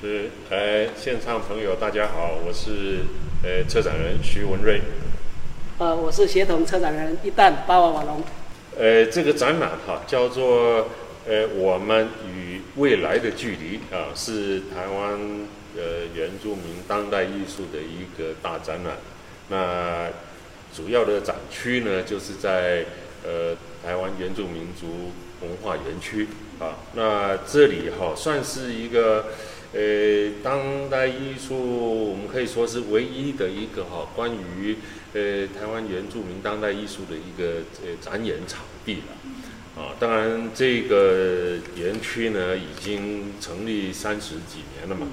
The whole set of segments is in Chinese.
现场朋友大家好，我是策展人徐文瑞。 我是协同策展人一旦巴瓦瓦隆。 这个展览叫做我们与未来的距离是台湾原住民当代艺术的一个大展览。那主要的展区呢，就是在台湾原住民族文化园区那这里算是一个当代艺术，我们可以说是唯一的一个关于台湾原住民当代艺术的一个展演场地了当然这个园区呢已经成立30几年了嘛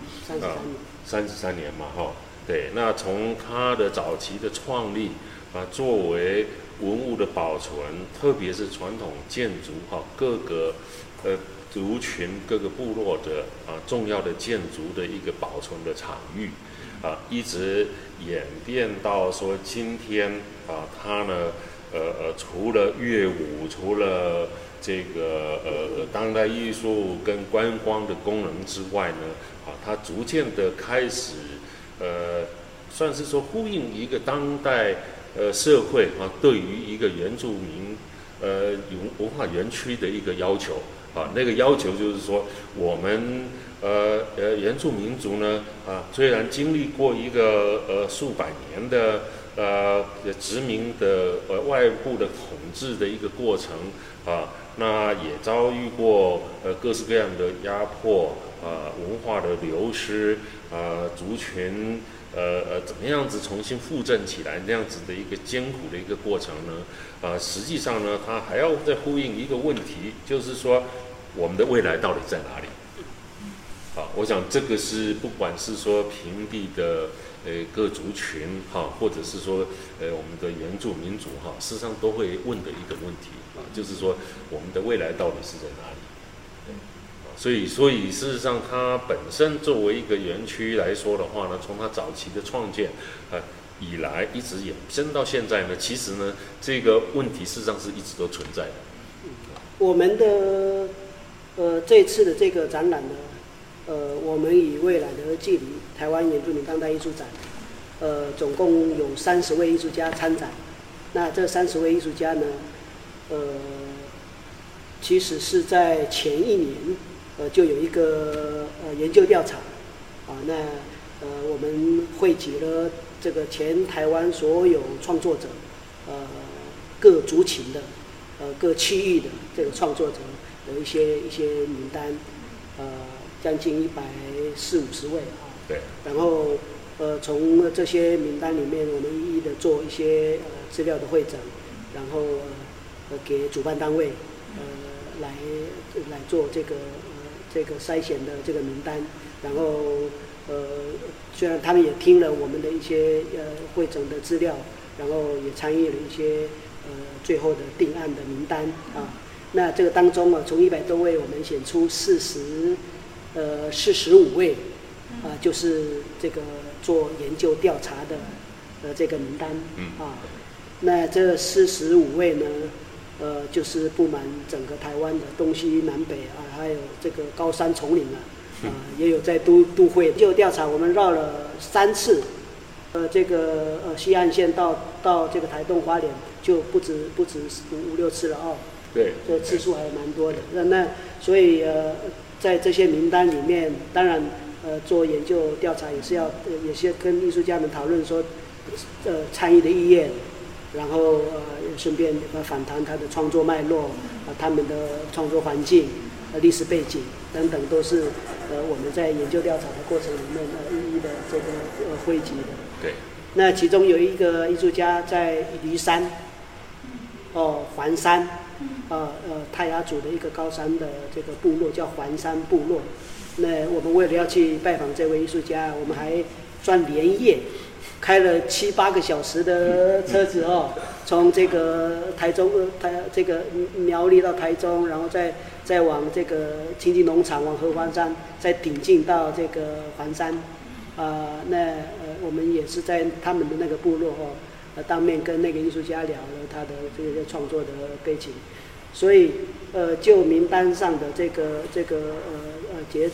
，33年嘛对，那从它的早期的创立作为文物的保存，特别是传统建筑各个族群各个部落的重要的建筑的一个保存的场域一直演变到说今天它呢除了乐舞，除了这个当代艺术跟观光的功能之外呢它逐渐的开始算是说呼应一个当代社会对于一个原住民文化园区的一个要求那个要求就是说，我们原住民族呢虽然经历过一个数百年的殖民的外部的统治的一个过程那也遭遇过各式各样的压迫文化的流失族群怎么样子重新复振起来这样子的一个艰苦的一个过程呢实际上呢它还要再呼应一个问题，就是说我们的未来到底在哪里我想这个是不管是说平地的各族群或者是说我们的原住民族事实上都会问的一个问题就是说我们的未来到底是在哪里所以事实上它本身作为一个园区来说的话呢，从它早期的创建以来一直衍生到现在呢，其实呢这个问题事实上是一直都存在的。 我们的这次的这个展览呢我们与未来的距离台湾原住民当代艺术展总共有30位艺术家参展。那这30位艺术家呢其实是在前一年就有一个研究调查那我们汇集了这个全台湾所有创作者各族群的各区域的这个创作者的一些名单将近140-150位对。 然后从这些名单里面，我们一一的做一些资料的汇整，然后给主办单位来做这个筛选的这个名单，然后虽然他们也听了我们的一些汇整的资料，然后也参与了一些最后的定案的名单那这个当中从100多位我们选出45位就是这个做研究调查的这个名单那这45位呢就是布满整个台湾的东西南北还有这个高山丛林也有在都会研究调查，我们绕了3次这个西岸线到这个台东花莲就不止5-6次了对， 这次数还蛮多的。那所以在这些名单里面，当然做研究调查也是跟艺术家们讨论说参与的意愿，然后顺便访谈他的创作脉络他们的创作环境历史背景等等，都是我们在研究调查的过程里面一一的这个汇集的。 对。 那其中有一个艺术家在梨山环山泰雅族的一个高山的这个部落叫环山部落。那我们为了要去拜访这位艺术家，我们还连夜开了7-8个小时的车子从这个台中这个苗栗到台中，然后再往这个清境农场往合欢山，再顶进到这个环山那我们也是在他们的那个部落当面跟那个艺术家聊了他的这个创作的背景。所以就名单上的这个抉择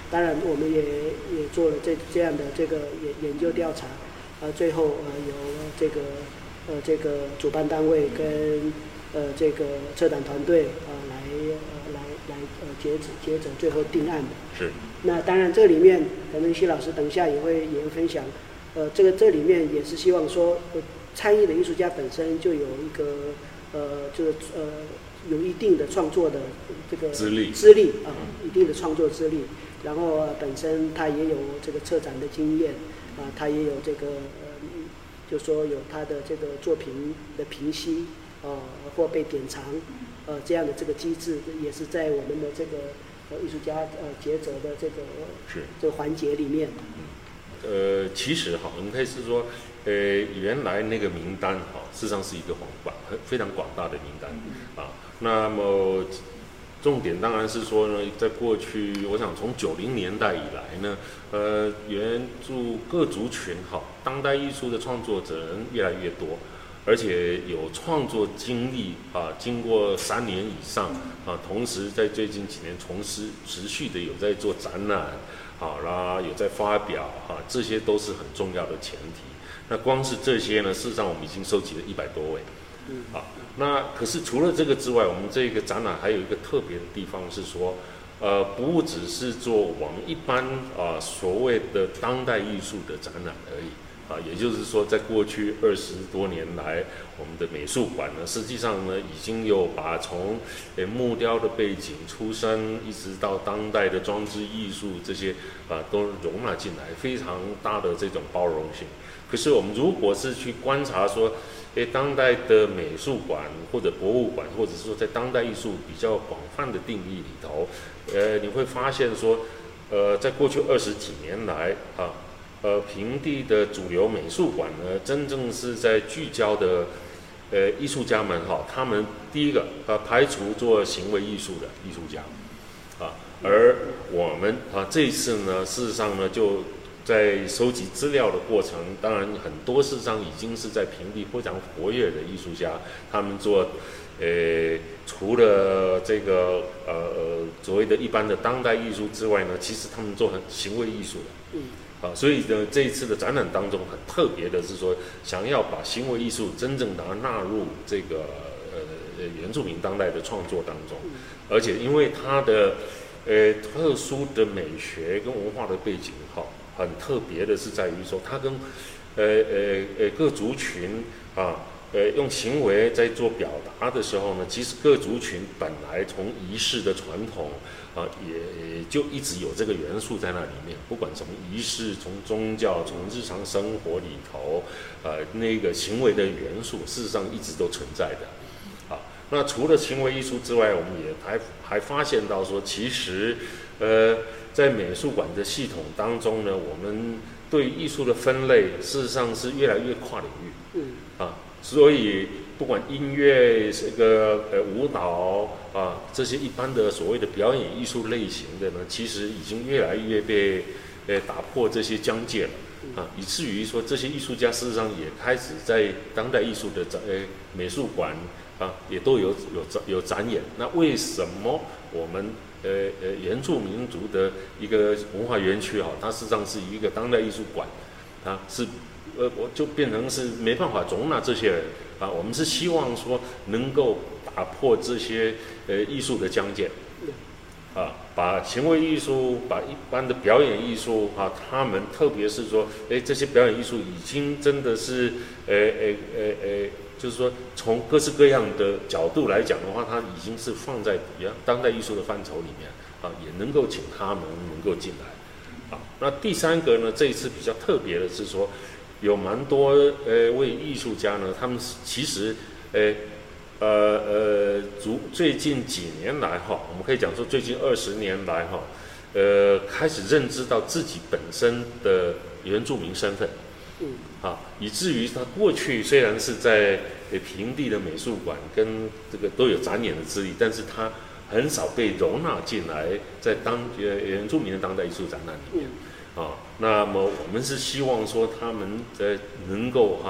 当然我们也做了这样的这个研究调查，最后由这个主办单位跟这个策展团队来接着最后定案的。 是。那当然这里面可能徐老师等一下也会分享，这里面也是希望说，参与的艺术家本身就有一个就是有一定的创作的这个资历一定的创作资历，然后本身他也有这个策展的经验，他也有这个就说有他的这个作品的评析，或被典藏，这样的这个机制也是在我们的这个艺术家抉择的这个环节里面。 其实我们可以是说，原来那个名单事实上是一个非常广大的名单啊。那么重点当然是说呢，在过去，我想从90年代以来呢，援助各族群当代艺术的创作者人越来越多，而且有创作经历经过3年以上同时在最近几年持续的有在做展览有在发表这些都是很重要的前提。那光是这些呢，事实上我们已经收集了100多位。那可是除了这个之外，我们这个展览还有一个特别的地方是说，不只是做我们一般所谓的当代艺术的展览而已也就是说，在过去20多年来，我们的美术馆呢，实际上呢，已经有把从木雕的背景出身，一直到当代的装置艺术这些都容纳进来，非常大的这种包容性。可是我们如果是去观察说，当代的美术馆或者博物馆，或者是说在当代艺术比较广泛的定义里头，你会发现说，在过去20几年来平地的主流美术馆呢，真正是在聚焦的艺术家们他们第一个排除做行为艺术的艺术家而我们这一次呢，事实上呢就在收集资料的过程，当然很多事实上已经是在平地非常活跃的艺术家，他们做除了这个所谓的一般的当代艺术之外呢，其实他们做很行为艺术的。所以呢，这一次的展览当中很特别的是说，想要把行为艺术真正的纳入这个原住民当代的创作当中，而且因为它的特殊的美学跟文化的背景很特别的是在于说，它跟各族群用行为在做表达的时候呢，其实各族群本来从仪式的传统也就一直有这个元素在那里面，不管从仪式、从宗教、从日常生活里头，那个行为的元素，事实上一直都存在的。那除了行为艺术之外，我们也还发现到说，其实在美术馆的系统当中呢，我们对艺术的分类，事实上是越来越跨领域。所以不管音乐、这个舞蹈这些一般的所谓的表演艺术类型的呢，其实已经越来越被打破这些疆界了以至于说这些艺术家事实上也开始在当代艺术的美术馆也都有展演。那为什么我们原住民族的一个文化园区它事实上是一个当代艺术馆，它是我就变成是没办法容纳这些人我们是希望说能够打破这些艺术的疆界把行为艺术、把一般的表演艺术他们特别是说这些表演艺术已经真的是就是说从各式各样的角度来讲的话，它已经是放在当代艺术的范畴里面也能够请他们能够进来那第三个呢，这一次比较特别的是说，有蛮多位艺术家呢，他们其实最近几年来我们可以讲说最近20年来开始认知到自己本身的原住民身份以至于他过去虽然是在平地的美术馆跟这个都有展演的资历，但是他很少被容纳进来在原住民的当代艺术展览里面那么我们是希望说他们能够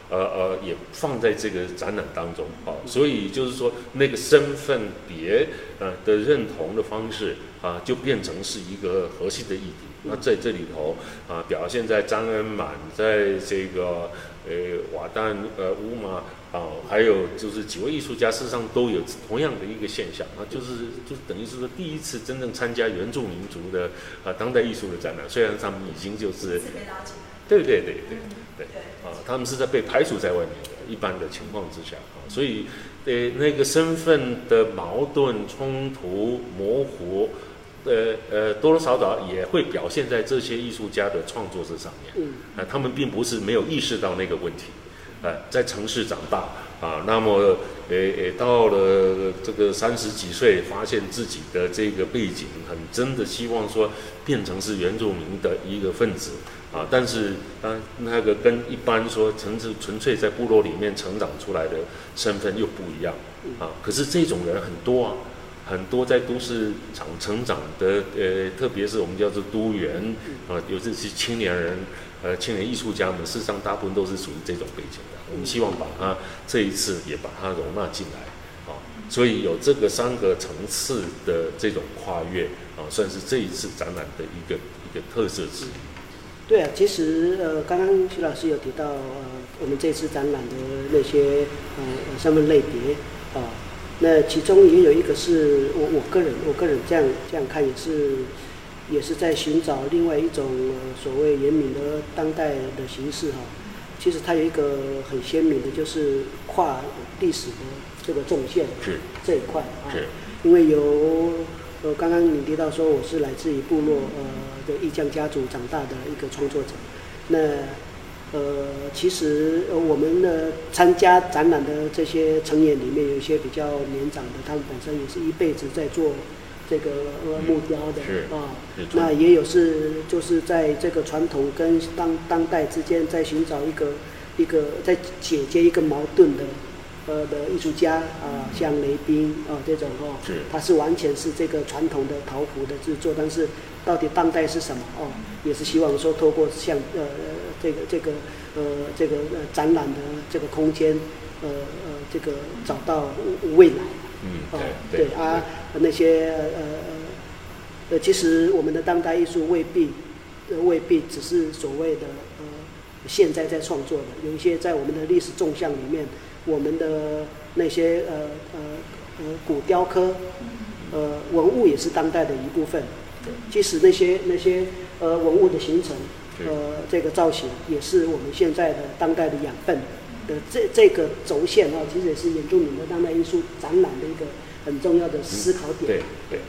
也放在这个展览当中啊，所以就是说那个身份别的认同的方式啊，就变成是一个核心的议题。那在这里头啊，表现在张恩满，在这个瓦旦乌马啊，还有就是几位艺术家，事实上都有同样的一个现象啊，就是等于是说第一次真正参加原住民族的当代艺术的展览，虽然他们已经就是对啊，他们是在被排除在外面的一般的情况之下啊，所以那个身份的矛盾冲突模糊。多多少少也会表现在这些艺术家的创作这上面。他们并不是没有意识到那个问题。在城市长大啊，那么到了这个30几岁，发现自己的这个背景，很真的希望说变成是原住民的一个分子啊。但是那个跟一般说纯粹在部落里面成长出来的身份又不一样啊。可是这种人很多啊。很多在都市成长的，特别是我们叫做都员啊，尤其是青年人，青年艺术家们，事实上大部分都是属于这种背景的。我们希望把它这一次也把它容纳进来啊，所以有这个3个层次的这种跨越啊，算是这一次展览的一个特色之一。 对啊，其实刚刚徐老师有提到我们这次展览的那些身份类别啊。那其中也有一个是我个人这样看，也是在寻找另外一种所谓严明的当代的形式哈。其实它有一个很鲜明的，就是跨历史的这个纵线这一块啊。因为刚刚你提到说我是来自于部落的义将家族长大的一个创作者，那。其实我们的参加展览的这些成员里面，有一些比较年长的，他们本身也是一辈子在做这个木雕的啊。那也有就是在这个传统跟当代之间，在寻找一个在解决一个矛盾的艺术家啊，像雷宾啊这种他是完全是这个传统的陶壶的制作，但是到底当代是什么也是希望说透过像这个展览的这个空间这个找到未来对啊，那些其实我们的当代艺术未必只是所谓的现在在创作的，有一些在我们的历史纵向里面，我们的那些古雕刻文物也是当代的一部分。其实那些文物的形成这个造型也是我们现在的当代的养分的这个轴线其实也是原住民的当代艺术展览的一个很重要的思考点。 对，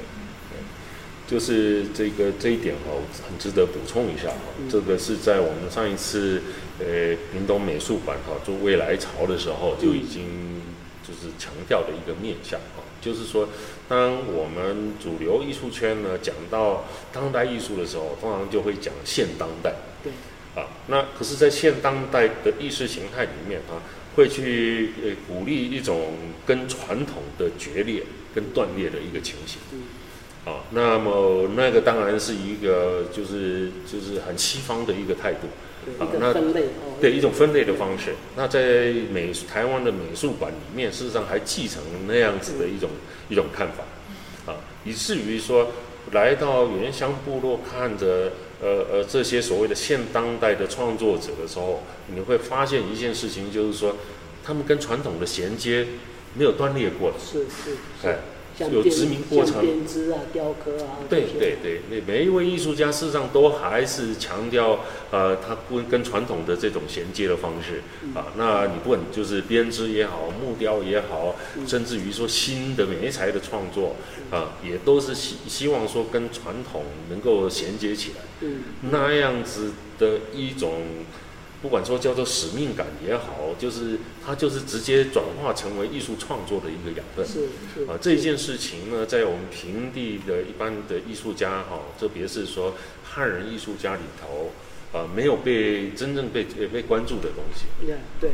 就是这一点很值得补充一下这个是在我们上一次屏东美术馆做未来潮的时候就已经就是强调的一个面向就是说，当我们主流艺术圈呢讲到当代艺术的时候，通常就会讲现当代。 对。 那可是，在现当代的意识形态里面会去鼓励一种跟传统的决裂、跟断裂的一个情形。那么那个当然是一个就是很西方的一个态度。 一个分类对一种分类的方式。那在台湾的美术馆里面，事实上还继承那样子的一种看法，以至于说来到原乡部落看着这些所谓的现当代的创作者的时候，你会发现一件事情，就是说他们跟传统的衔接没有断裂过的。 是。 有殖民过程， 编织啊、雕刻啊， 对，每一位艺术家事实上都还是强调他跟传统的这种衔接的方式那你不管就是编织也好、木雕也好，甚至于说新的媒材的创作也都是希望说跟传统能够衔接起来，那样子的一种。不管说叫做使命感也好，就是它就是直接转化成为艺术创作的一个养分。这一件事情呢，在我们平地的一般的艺术家特别是说汉人艺术家里头，没有真正被关注的东西。 对，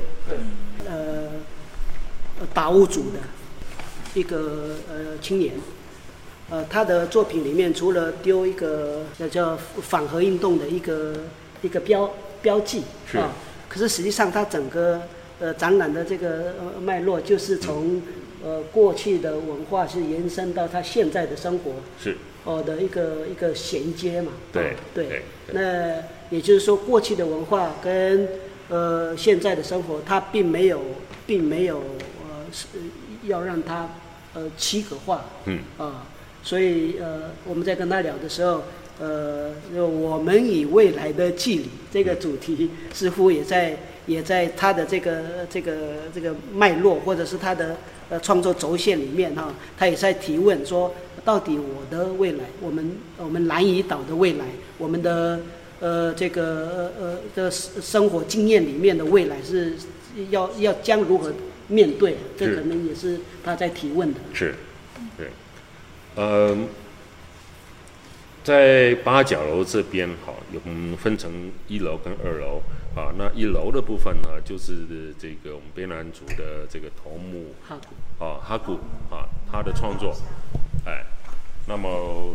达悟族的一个青年，他的作品里面除了丢一个叫反核运动的一个标记可是实际上它整个展览的这个脉络就是从过去的文化是延伸到它现在的生活是的一个衔接嘛。 对对。那也就是说，过去的文化跟现在的生活，它并没有要让它区隔化。所以我们在跟他聊的时候，我们与未来的距离这个主题，似乎也在他的这个脉络，或者是他的创作轴线里面哈，他也在提问说，到底我的未来，我们兰屿岛的未来，我们的这个生活经验里面的未来是要将如何面对？这可能也是他在提问的。 是，对。在八角楼这边哈，我们分成1楼跟2楼啊。那1楼的部分呢，就是这个我们卑南族的这个头目哈古啊，他的创作，那么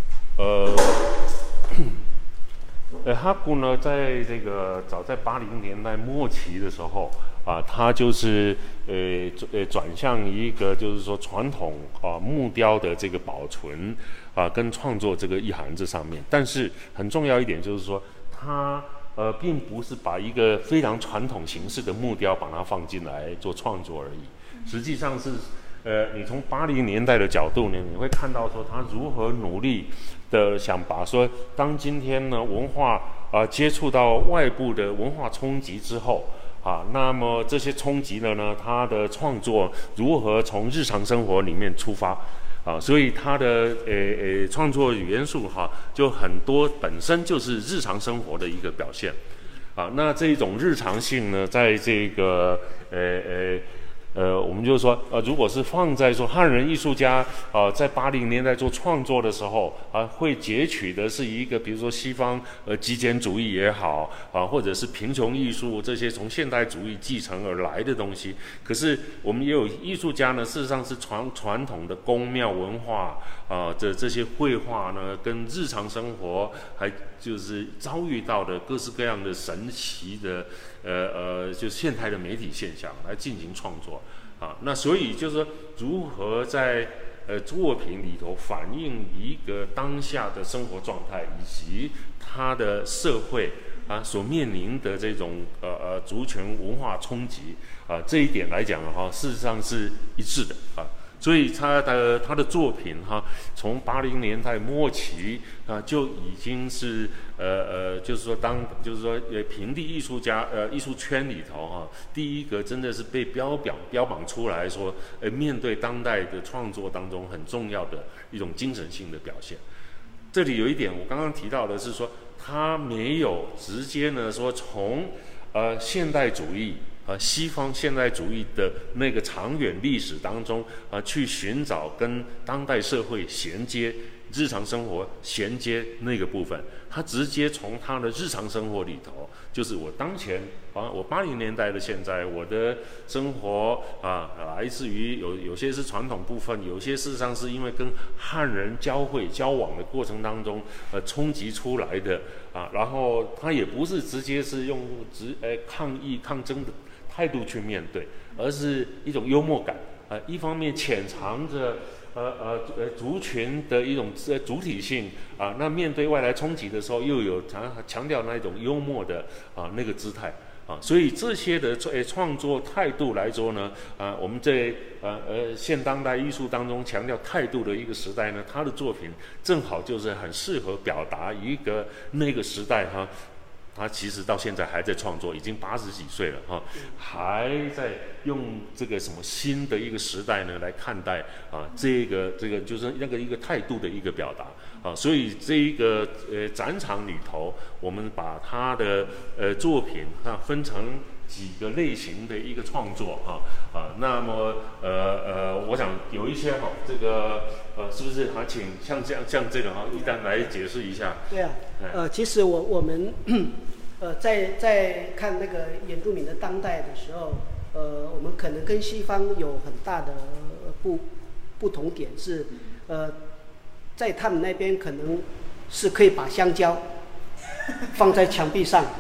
哈古呢，在这个早在80年代末期的时候啊，他就是转向一个就是说传统木雕的这个保存跟创作这个意涵这上面，但是很重要一点就是说，他并不是把一个非常传统形式的木雕把它放进来做创作而已，实际上是你从80年代的角度呢，你会看到说他如何努力的想把说，当今天呢文化接触到外部的文化冲击之后那么这些冲击呢，他的创作如何从日常生活里面出发所以他的创作元素就很多本身就是日常生活的一个表现那这种日常性呢，在这个我们就是说如果是放在说汉人艺术家在80年代做创作的时候会截取的是一个比如说西方极简主义也好或者是贫穷艺术这些从现代主义继承而来的东西，可是我们也有艺术家呢，事实上是传统的宫庙文化这些绘画呢，跟日常生活还就是遭遇到的各式各样的神奇的就现代的媒体现象来进行创作那所以就是说如何在作品里头反映一个当下的生活状态，以及它的社会所面临的这种族群文化冲击这一点来讲事实上是一致的所以他的作品从80年代末期就已经是就是说平地艺术家艺术圈里头第一个真的是被标榜出来说面对当代的创作当中很重要的一种精神性的表现。这里有一点我刚刚提到的是说，他没有直接呢说从现代主义西方现代主义的那个长远历史当中去寻找跟当代社会衔接、日常生活衔接那个部分，他直接从他的日常生活里头，就是我当前我80年代的现在，我的生活来自于有些是传统部分，有些事实上是因为跟汉人交往的过程当中冲击出来的然后他也不是直接是用抗议抗争的态度去面对，而是一种幽默感一方面潜藏着族群的一种主体性那面对外来冲击的时候，又有强调那一种幽默的那个姿态所以这些的创作态度来说呢我们在现当代艺术当中强调态度的一个时代呢，他的作品正好就是很适合表达一个那个时代他其实到现在还在创作，已经80几岁了还在用这个什么新的一个时代呢来看待这个就是那个一个态度的一个表达所以这一个展场里头，我们把他的作品分成几个类型的一个创作那么我想有一些这个是不是请像这个一旦来解释一下？ 对其实我们在看那个原住民的当代的时候我们可能跟西方有很大的不同点是在他们那边可能是可以把香蕉放在墙壁上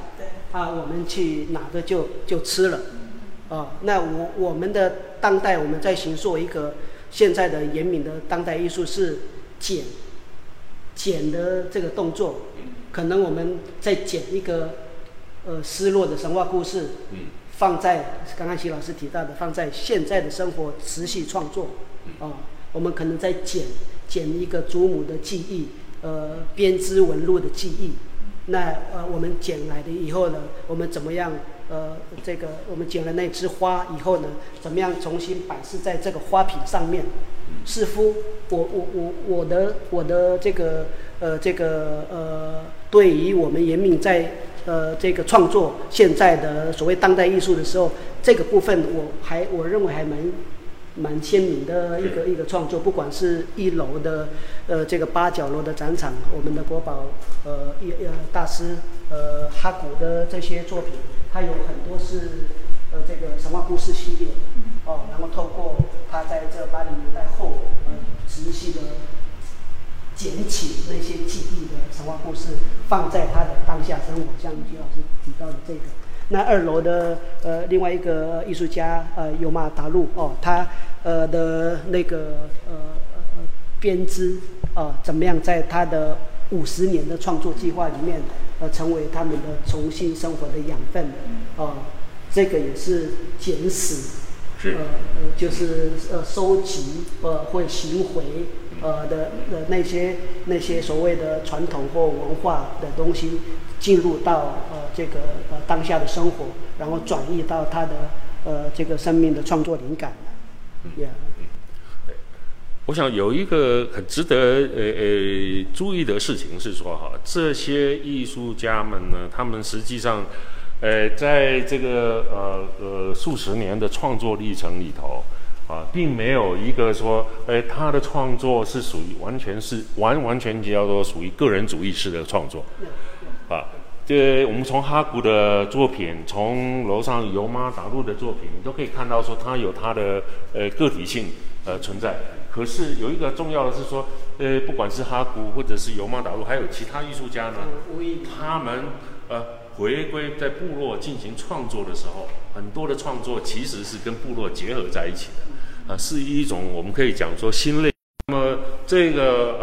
我们去拿着就吃了，那我们的当代我们在形塑一个现在的严明的当代艺术是捡的这个动作，可能我们在捡一个失落的神话故事，放在刚刚习老师提到的，放在现在的生活持续创作，我们可能在捡一个祖母的记忆，编织纹路的记忆。那我们捡来的以后呢，我们怎么样？这个我们捡了那枝花以后呢，怎么样重新摆饰在这个花瓶上面？似乎我的这个对于我们严敏在这个创作现在的所谓当代艺术的时候，这个部分我认为还蛮鲜明的一个创作，不管是1楼的这个8角楼的展场，我们的国宝大师哈古的这些作品，它有很多是这个神话故事系列，然后透过他在这80年代后持续的捡起那些记忆的神话故事，放在他的当下生活，像徐老师提到的这个。那2楼的另外一个艺术家尤玛达路他的那个编织怎么样在他的50年的创作计划里面成为他们的重新生活的养分这个也是捡拾就是收集或寻回的那些所谓的传统或文化的东西，进入到这个当下的生活，然后转移到他的这个生命的创作灵感。 我想有一个很值得注意的事情是说这些艺术家们呢，他们实际上在这个数十年的创作历程里头并没有一个说他的创作是属于完全叫做属于个人主义式的创作我们从哈古的作品，从楼上尤玛达路的作品，你都可以看到说他有他的个体性存在。可是有一个重要的是说不管是哈古或者是尤玛达路，还有其他艺术家呢，他们回归在部落进行创作的时候，很多的创作其实是跟部落结合在一起的是一种我们可以讲说新类。那么这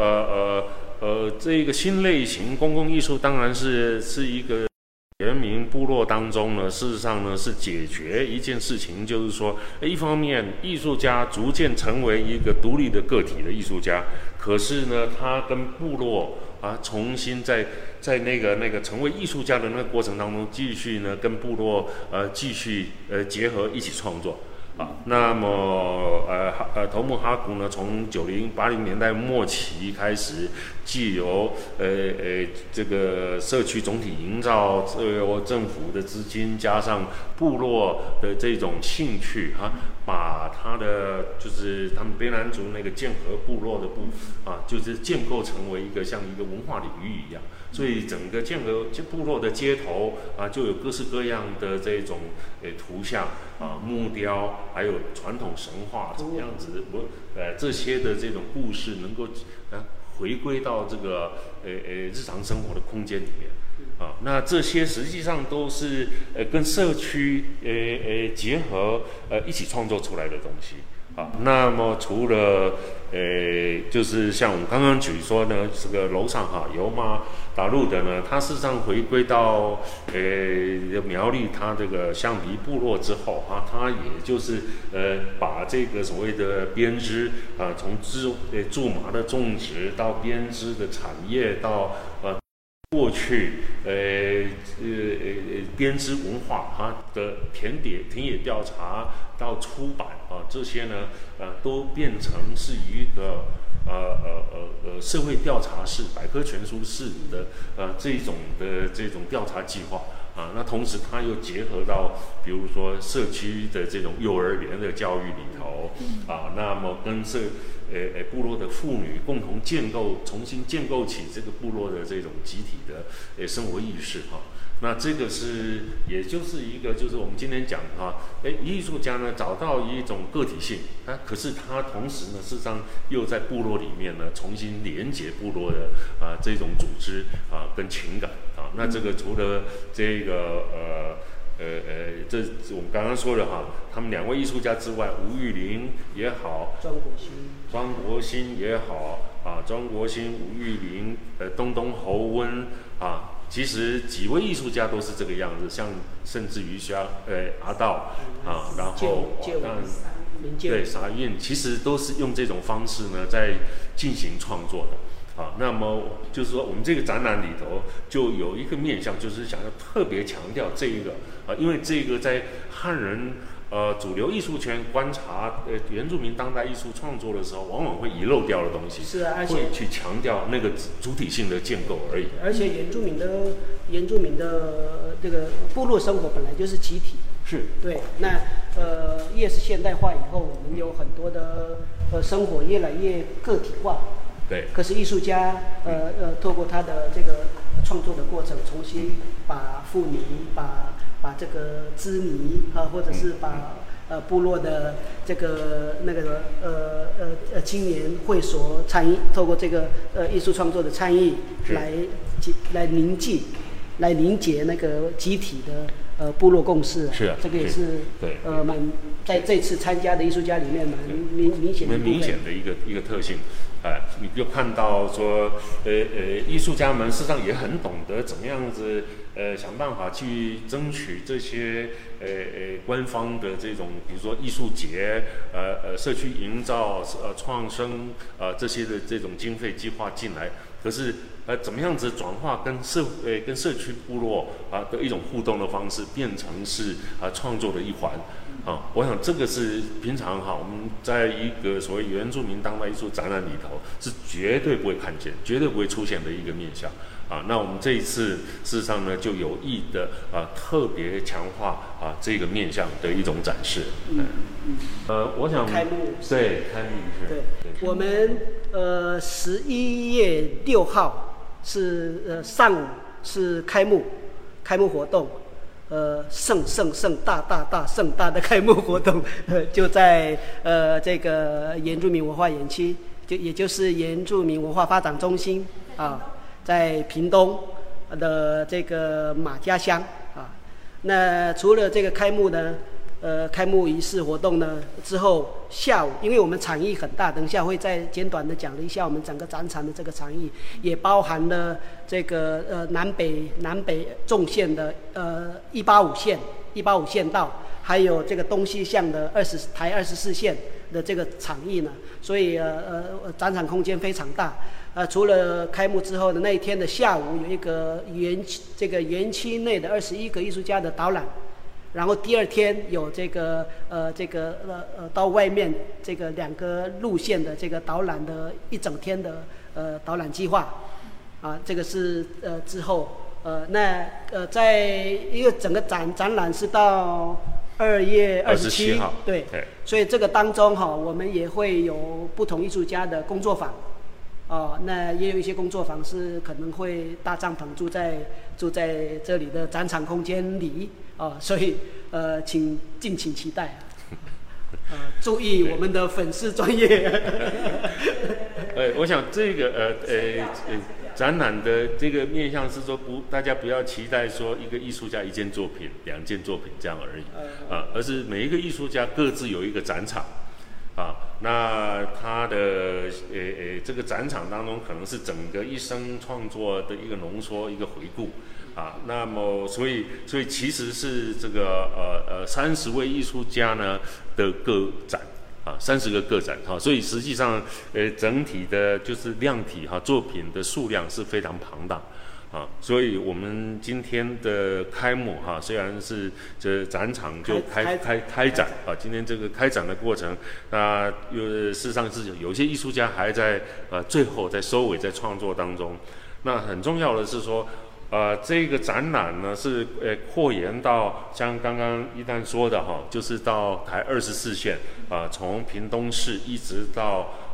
个新类型公共艺术当然是一个原民部落当中呢，事实上呢是解决一件事情，就是说一方面艺术家逐渐成为一个独立的个体的艺术家，可是呢他跟部落重新在那个成为艺术家的那个过程当中，继续呢跟部落继续结合一起创作那么头目哈古呢，从80年代末期开始，既由这个社区总体营造，由政府的资金加上部落的这种兴趣把他的就是他们卑南族那个建和部落的就是建构成为一个像一个文化领域一样，所以整个建和部落的街头就有各式各样的这种图像木雕，还有传统神话怎么样子这些的这种故事能够回归到这个日常生活的空间里面那这些实际上都是跟社区结合一起创作出来的东西那么除了就是像我们刚刚举说呢，这个楼上尤玛达路的呢，它事实上回归到苗栗它这个橡皮部落之后它也就是把这个所谓的编织从苎麻的种植到编织的产业到过去编织文化的田野调查到出版这些呢都变成是一个社会调查式百科全书式的这种调查计划那同时它又结合到比如说社区的这种幼儿园的教育里头那么跟部落的妇女共同重新建构起这个部落的这种集体的生活意识那这个也就是一个就是我们今天讲艺术家呢找到一种个体性可是他同时呢事实上又在部落里面呢重新连接部落的这种组织跟情感啊。那这个除了这个这我们刚刚说的哈，他们2位艺术家之外，吴玉麟也好，庄国兴也好啊，庄国兴、吴玉麟、东侯温啊。其实几位艺术家都是这个样子，像甚至于像阿道啊，然后当然对沙韵，其实都是用这种方式呢在进行创作的啊。那么就是说，我们这个展览里头就有一个面向，就是想要特别强调这一个啊，因为这个在汉人主流艺术圈观察原住民当代艺术创作的时候，往往会遗漏掉的东西， 是啊，而且会去强调那个主体性的建构而已。 而且原住民的这个部落生活本来就是集体， 是对。那越是现代化以后，我们有很多的生活越来越个体化。 对。 可是艺术家透过他的这个创作的过程，重新把妇女把这个织泥啊，或者是把部落的这个青年会所参与，透过这个艺术创作的参与来凝结那个集体的部落共识。 是啊， 这个也是对在这次参加的艺术家里面蛮明显的一个特性。你就看到说，艺术家们事实上也很懂得怎么样子，想办法去争取这些，官方的这种，比如说艺术节，社区营造，创生，这些的这种经费计划进来。可是，怎么样子转化跟社区部落的一种互动的方式，变成是创作的一环。我想这个是平常我们在一个所谓原住民当代艺术展览里头是绝对不会看见、绝对不会出现的一个面向那我们这一次事实上呢，就有意的特别强化这个面向的一种展示。我想开幕仪式，对，我们11月6号是上午是开幕活动。盛大的开幕活动，就在这个原住民文化园区，也就是原住民文化发展中心在屏东的这个马家乡那除了这个开幕呢，开幕仪式活动呢之后，下午因为我们场域很大，等一下会再简短的讲了一下我们整个展场的这个场域，也包含了这个南北纵线的185线道，还有这个东西向的台24线的这个场域呢，所以展场空间非常大。除了开幕之后的那一天的下午，有一个园区内的21个艺术家的导览。然后第二天有到外面这个2个路线的这个导览的一整天的导览计划这个是之后在一个整个展览是到2月27号，对，所以这个当中我们也会有不同艺术家的工作坊那也有一些工作坊是可能会搭帐篷住在这里的展场空间里所以请敬请期待注意我们的粉丝专业我想这个展览的这个面向是说大家不要期待说一个艺术家1件作品、2件作品这样而已而是每一个艺术家各自有一个展场那他的这个展场当中可能是整个一生创作的一个浓缩、一个回顾那么所以其实是这个30位艺术家呢的个展30个个展所以实际上整体的就是量体作品的数量是非常庞大所以我们今天的开幕虽然是这展场就开展今天这个开展的过程那事实上是有些艺术家还在最后在收尾在创作当中。那很重要的是说这个展览呢是扩延到像刚刚一旦说的就是到台24线从屏东市一直到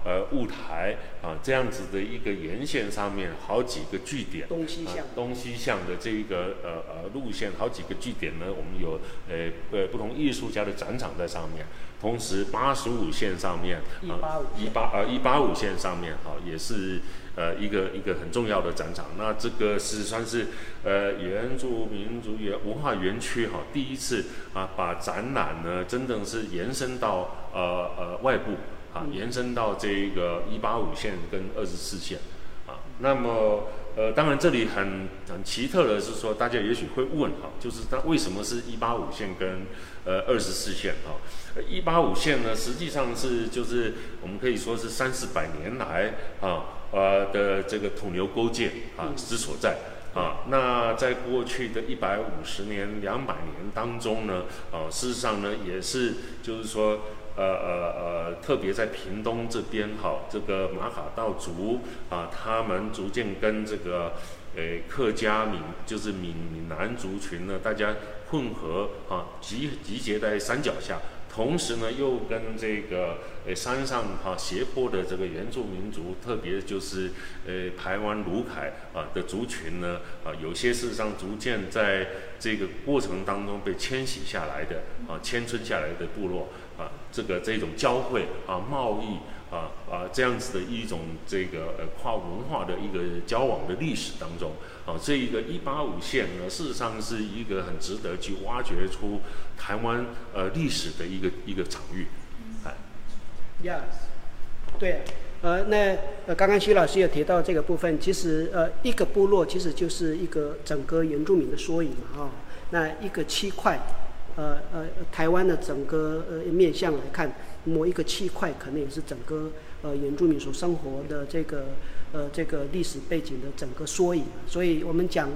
雾台这样子的一个沿线上面好几个据点，东西向的这个路线好几个据点呢，我们有不同艺术家的展场在上面。同时85线上面185线上面也是一个很重要的展场。那这个是算是原住民族文化园区第一次把展览呢真正是延伸到外部延伸到这个185线跟24线那么当然这里很奇特的是说，大家也许会问就是它为什么是185线跟24线185线呢，实际上是就是我们可以说是300-400年来的这个土牛沟界之所在那在过去的150年、200年当中呢事实上呢也是就是说特别在屏东这边这个马卡道族他们逐渐跟这个客家就是闽南族群呢，大家混合集结在山脚下，同时呢又跟这个山上斜坡的这个原住民族，特别就是排湾鲁凯的族群呢有些事实上逐渐在这个过程当中被迁徙下来的迁村下来的部落这种交汇贸易这样子的一种这个跨文化的一个交往的历史当中这一个185线呢，事实上是一个很值得去挖掘出台湾历史的一个场域。 对那刚刚徐老师也提到这个部分，其实一个部落其实就是一个整个原住民的缩影嘛那一个区块台湾的整个面向来看，某一个区块可能也是整个原住民所生活的这个历史背景的整个缩影。所以我们讲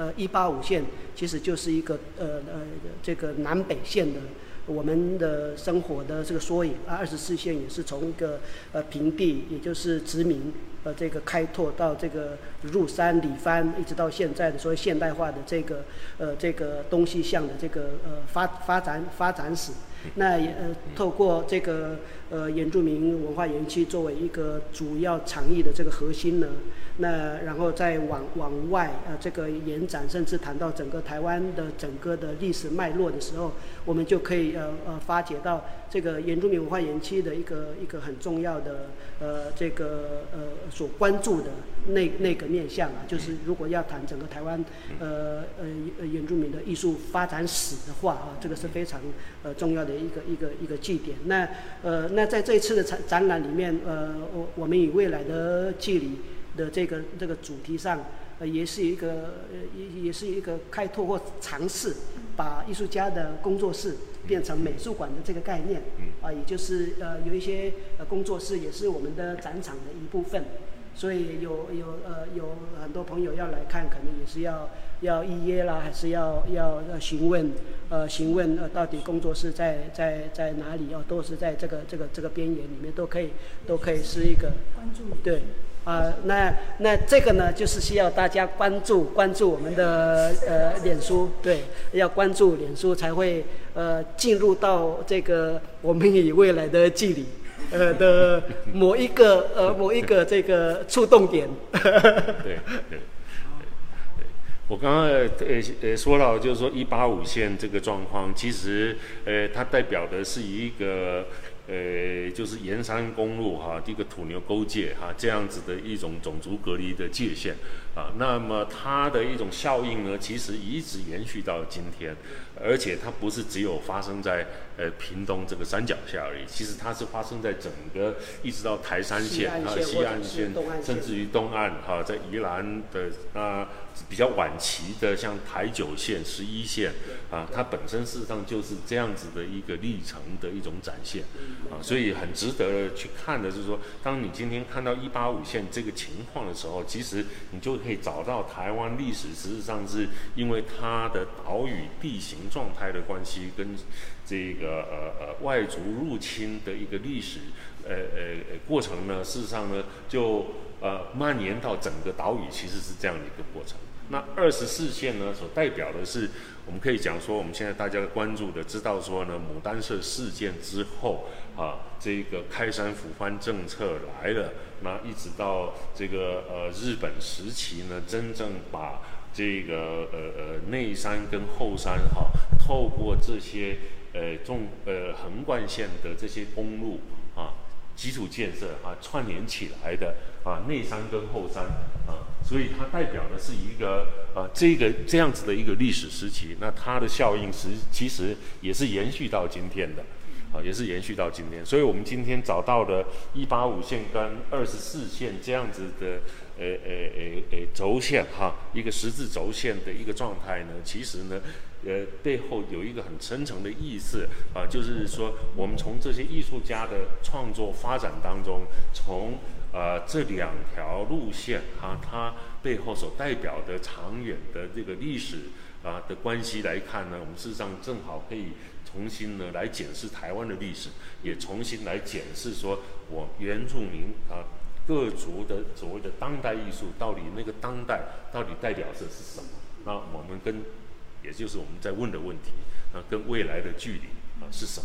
185线其实就是一个这个南北线的我们的生活的这个缩影24线也是从一个平地，也就是殖民这个开拓到这个入山里番，一直到现在的所谓现代化的这个东西向的这个发展史。那也透过这个原住民文化园区作为一个主要场域的这个核心呢，那然后再往外这个延展，甚至谈到整个台湾的整个的历史脉络的时候，我们就可以发掘到这个原住民文化园区的一个很重要的这个所关注的那个面向就是如果要谈整个台湾原住民的艺术发展史的话这个是非常重要的一个据点。那在这一次的展览里面我们以未来的距离的这个主题上也是一个开拓或尝试把艺术家的工作室变成美术馆的这个概念也就是有一些工作室也是我们的展场的一部分。所以有很多朋友要来看，可能也是要预约啦，还是要询问到底工作室在哪里都是在这个边缘里面都可以是一个关注对那这个呢就是需要大家关注我们的脸书，对，要关注脸书才会进入到这个我们以未来的距离的某一个这个触动点。 对，我刚刚说到，就是说185线这个状况，其实它代表的是一个就是沿山公路一个土牛沟界这样子的一种种族隔离的界限那么它的一种效应呢，其实一直延续到今天，而且它不是只有发生在屏东这个山脚下而已，其实它是发生在整个一直到台山县西岸县，甚至于东岸在宜兰的比较晚期的像台9线、11线它本身事实上就是这样子的一个历程的一种展现所以很值得去看的就是说，当你今天看到185线这个情况的时候，其实你就可以找到台湾历史实际上是因为它的岛屿地形状态的关系，跟这个外族入侵的一个历史过程呢，事实上呢就蔓延到整个岛屿，其实是这样的一个过程。 那24线呢，所代表的是，我们可以讲说，我们现在大家关注的，知道说呢，牡丹社事件之后这个开山抚番政策来了，那一直到这个日本时期呢，真正把这个内山跟后山透过这些横贯线的这些公路基础建设串联起来的内山跟后山所以它代表的是一个这样子的一个历史时期，那它的效应其实也是延续到今天的。也是延续到今天，所以我们今天找到了185线跟24线这样子的轴线一个十字轴线的一个状态呢，其实呢背后有一个很深层的意思就是说我们从这些艺术家的创作发展当中，从这2条路线它背后所代表的长远的这个历史的关系来看呢，我们事实上正好可以重新呢来检视台湾的历史，也重新来检视说我原住民各族的所谓的当代艺术，到底那个当代到底代表的是什么？那我们也就是我们在问的问题跟未来的距离是什么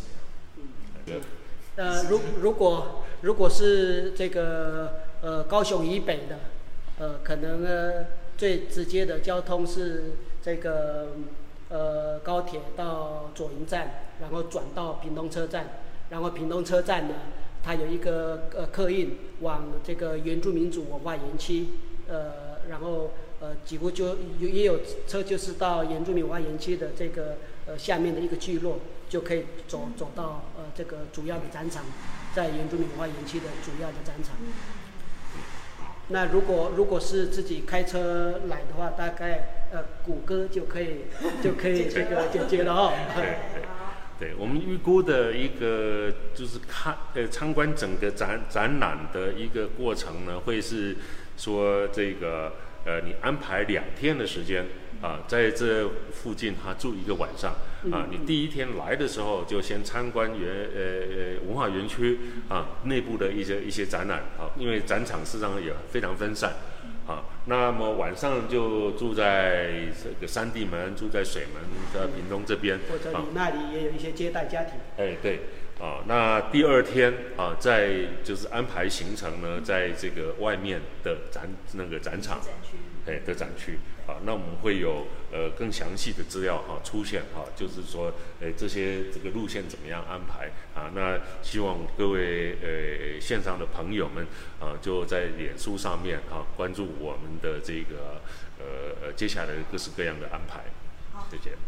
样？ 如果是这个高雄以北的可能呢最直接的交通是这个高铁到左营站，然后转到屏东车站，然后屏东车站呢，它有一个客运往这个原住民族文化园区，然后几乎也有车就是到原住民文化园区的这个下面的一个聚落，就可以走到这个主要的展场，在原住民文化园区的主要的展场。那如果是自己开车来的话，大概谷歌就可以这个解决了对，我们预估的一个就是参观整个展览的一个过程呢，会是说这个你安排2天的时间在这附近住一个晚上你第一天来的时候就先参观文化园区内部的一些展览因为展场事实上也非常分散那么晚上就住在这个山地门，住在水门的屏东这边， 或者你那里也有一些接待家庭。 对那第2天再就是安排行程呢，在这个外面的展场的展区那我们会有更详细的资料出现就是说这个路线怎么样安排那希望各位线上的朋友们就在脸书上面关注我们的这个接下来的各式各样的安排。谢谢。